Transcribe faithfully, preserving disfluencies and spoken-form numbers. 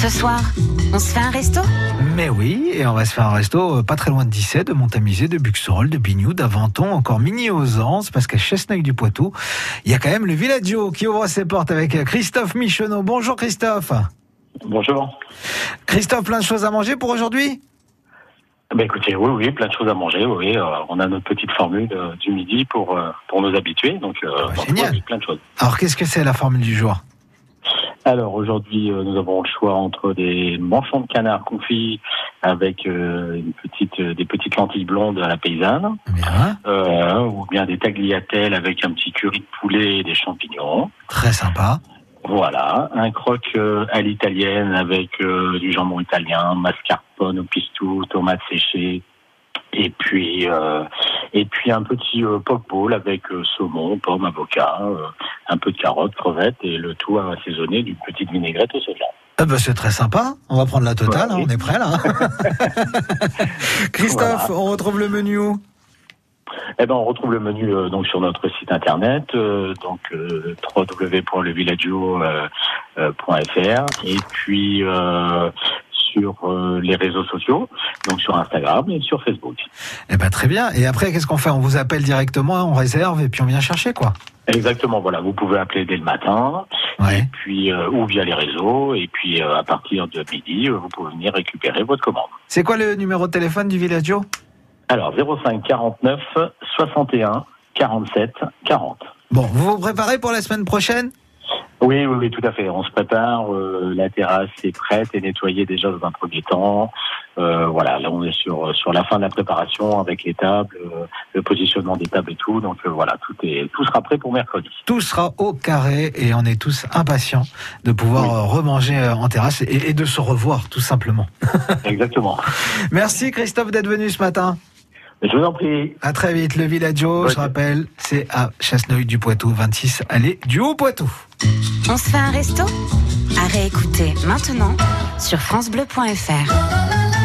Ce soir, on se fait un resto ? Mais oui, et on va se faire un resto pas très loin de Dissay, de Montamisé, de Buxerolles, de Bignoux, d'Aventon, encore Migny-aux-Anses, parce qu'à Chesneuil-du-Poitou, il y a quand même le Villaggio qui ouvre ses portes avec Christophe Michonneau. Bonjour Christophe. Bonjour. Christophe, plein de choses à manger pour aujourd'hui ? Ben écoutez, oui, oui, plein de choses à manger. Oui, euh, on a notre petite formule euh, du midi pour euh, pour nos habitués, donc, euh, ah bah, donc génial. Oui, plein de choses. Alors qu'est-ce que c'est la formule du jour ? Alors aujourd'hui, euh, nous avons le choix entre des manchons de canard confits avec euh, une petite, euh, des petites lentilles blondes à la paysanne, Bien. euh, ou bien des tagliatelles avec un petit curry de poulet et des champignons. Très sympa. Voilà, un croque euh, à l'italienne avec euh, du jambon italien, mascarpone au pistou, tomates séchées, et puis euh, et puis un petit euh, poke bowl avec euh, saumon, pomme, avocat, euh, un peu de carottes, crevettes et le tout assaisonné d'une petite vinaigrette au soja. Eh ben, c'est très sympa. On va prendre la totale, Ouais, hein, oui. on est près là. Christophe, Voilà. on retrouve le menu où ? Eh ben, on retrouve le menu euh, donc sur notre site internet, euh, donc euh, w w w point le villaggio point f r, et puis euh, sur euh, les réseaux sociaux, donc sur Instagram et sur Facebook. Eh ben très bien. Et après, qu'est-ce qu'on fait ? On vous appelle directement, on réserve et puis on vient chercher quoi. Exactement, voilà. Vous pouvez appeler dès le matin, Ouais. et puis euh, ou via les réseaux, et puis euh, à partir de midi, euh, vous pouvez venir récupérer votre commande. C'est quoi le numéro de téléphone du Villaggio ? Alors zéro cinq quarante-neuf soixante et un quarante-sept quarante. Bon, vous vous préparez pour la semaine prochaine ? Oui, oui, oui, tout à fait. On se prépare. Euh, la terrasse est prête et nettoyée déjà dans un premier temps. Euh, voilà, là on est sur sur la fin de la préparation avec les tables, euh, le positionnement des tables et tout. Donc euh, voilà, tout est tout sera prêt pour mercredi. Tout sera au carré et on est tous impatients de pouvoir Oui. euh, remanger euh, en terrasse et, et de se revoir tout simplement. Exactement. Merci Christophe d'être venu ce matin. Je vous en prie. À très vite. Le Villaggio, Ouais. je rappelle, c'est à Chasseneuil-du-Poitou, vingt-six allée du Haut-Poitou. On se fait un resto ? À réécouter maintenant sur francebleu point f r.